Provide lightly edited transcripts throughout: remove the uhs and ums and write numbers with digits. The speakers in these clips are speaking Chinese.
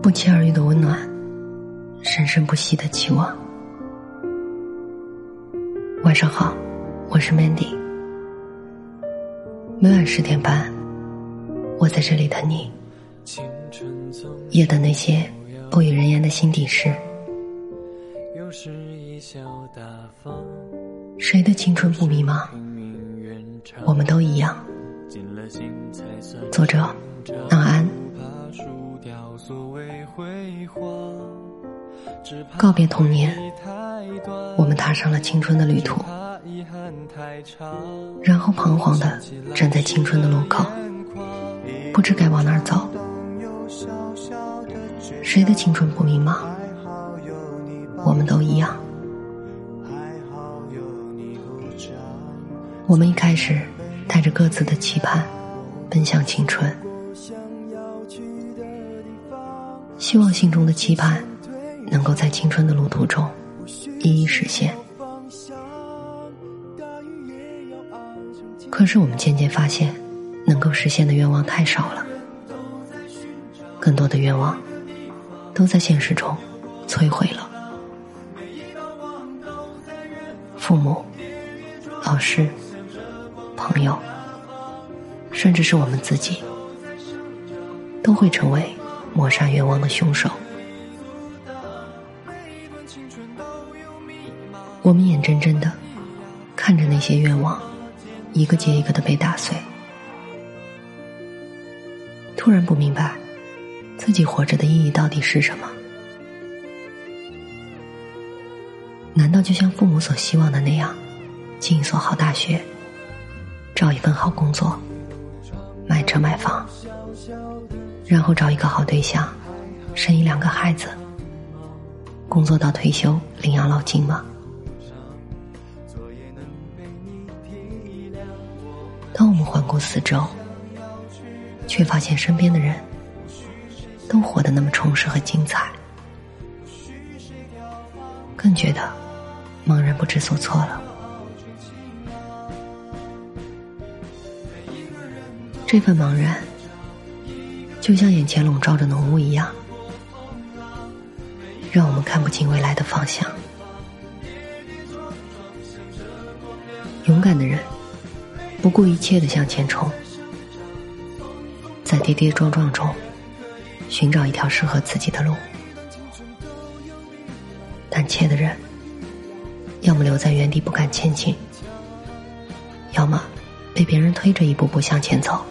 不期而遇的温暖，生生不息的期望。晚上好，我是 Mandy。每晚10点半，我在这里等你，也等那些不与人言的心底事。谁的青春不迷茫？我们都一样。作者档安。告别童年，我们踏上了青春的旅途，然后彷徨地站在青春的路口，不知该往哪儿走。谁的青春不迷茫？我们都一样。我们一开始带着各自的期盼奔向青春，希望心中的期盼能够在青春的路途中一一实现。可是我们渐渐发现，能够实现的愿望太少了，更多的愿望都在现实中摧毁了。父母、老师、朋友，甚至是我们自己，都会成为抹杀愿望的凶手。我们眼睁睁地看着那些愿望一个接一个的被打碎，突然不明白自己活着的意义到底是什么。难道就像父母所希望的那样，进一所好大学，找一份好工作，买车买房，然后找一个好对象，生1-2个孩子，工作到退休领养老金吗？当我们环顾四周，却发现身边的人都活得那么充实和精彩，更觉得茫然不知所措了。这份茫然就像眼前笼罩着浓雾一样，让我们看不清未来的方向。勇敢的人不顾一切地向前冲，在跌跌撞撞中寻找一条适合自己的路。胆怯的人要么留在原地不敢前进，要么被别人推着一步步向前走。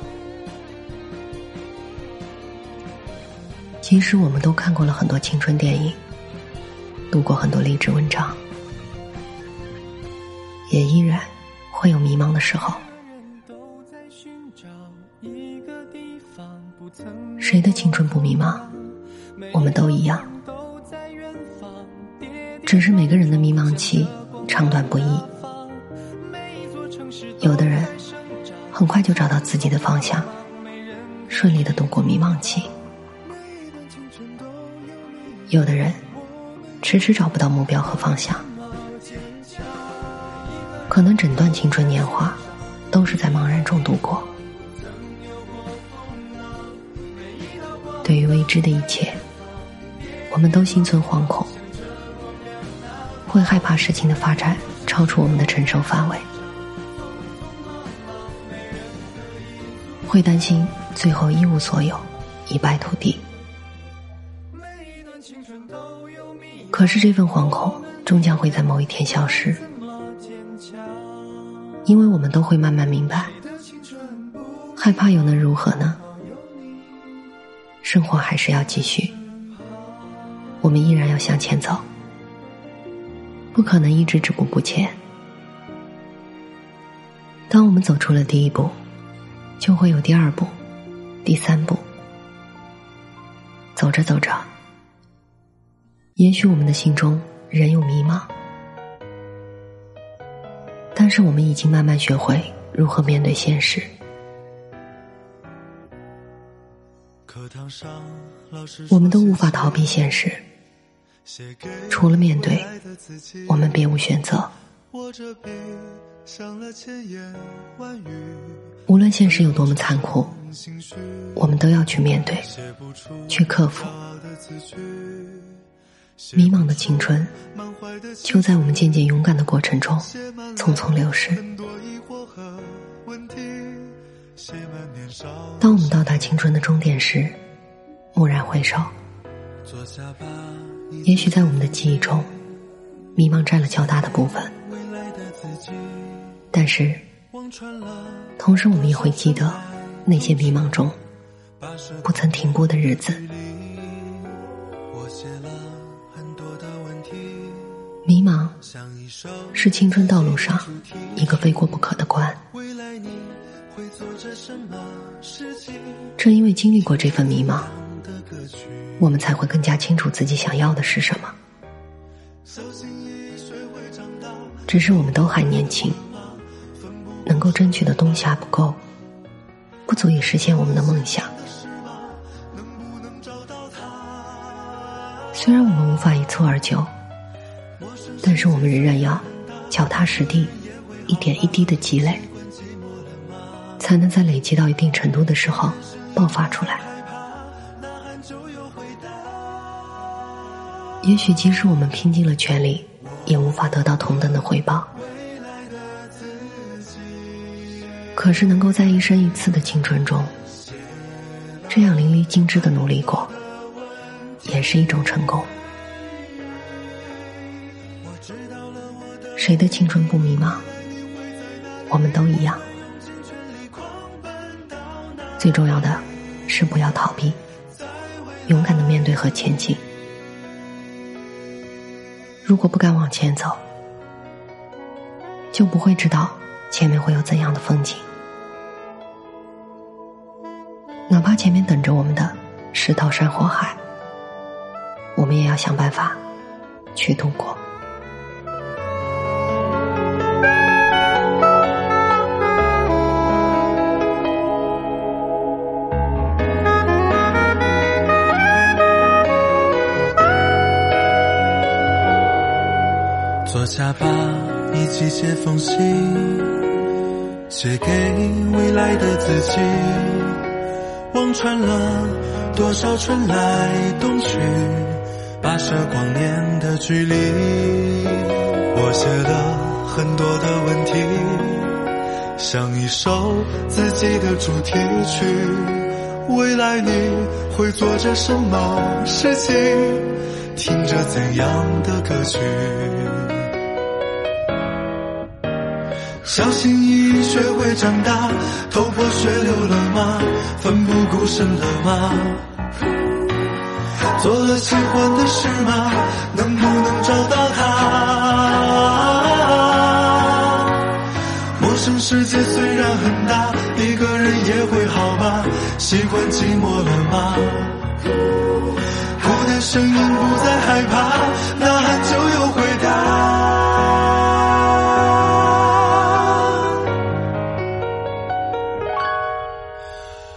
即使我们都看过了很多青春电影，读过很多励志文章，也依然会有迷茫的时候。谁的青春不迷茫？我们都一样，只是每个人的迷茫期长短不一。有的人很快就找到自己的方向，顺利地度过迷茫期，有的人迟迟找不到目标和方向，可能整段青春年华都是在茫然中度过。对于未知的一切，我们都心存惶恐，会害怕事情的发展超出我们的承受范围，会担心最后一无所有，一败涂地。可是这份惶恐终将会在某一天消失，因为我们都会慢慢明白，害怕又能如何呢？生活还是要继续，我们依然要向前走，不可能一直止步不前。当我们走出了第一步，就会有第2步、第3步。走着走着，也许我们的心中仍有迷茫，但是我们已经慢慢学会如何面对现实。我们都无法逃避现实，除了面对，我们别无选择。无论现实有多么残酷， 我们都要去面对，去克服。迷茫的青春就在我们渐渐勇敢的过程中匆匆流逝。当我们到达青春的终点时，蓦然回首，也许在我们的记忆中，迷茫占了较大的部分，但是同时我们也会记得那些迷茫中不曾停步的日子。迷茫是青春道路上一个非过不可的关，正因为经历过这份迷茫，我们才会更加清楚自己想要的是什么。只是我们都还年轻，能够争取的东西还不够，不足以实现我们的梦想。虽然我们无法一蹴而就，但是我们仍然要脚踏实地，一点一滴的积累，才能在累积到一定程度的时候爆发出来。也许即使我们拼尽了全力，也无法得到同等的回报，可是能够在一生一次的青春中这样淋漓尽致的努力过，也是一种成功。谁的青春不迷茫？我们都一样。最重要的是不要逃避，勇敢地面对和前进。如果不敢往前走，就不会知道前面会有怎样的风景。哪怕前面等着我们的是刀山火海，我们也要想办法去度过。 坐下吧，一起写封信，写给未来的自己。望穿了多少春来冬去，跋涉光年的距离。我写了很多的问题，像一首自己的主题曲。未来你会做着什么事情，听着怎样的歌曲。小心翼翼学会长大，头破血流了吗？奋不顾身了吗？做了喜欢的事吗？能不能找到他？陌生世界虽然很大，一个人也会好吧？习惯寂寞了吗？孤单声音不再害怕，呐喊就有回答。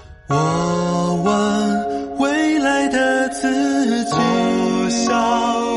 我问未来的自己，多少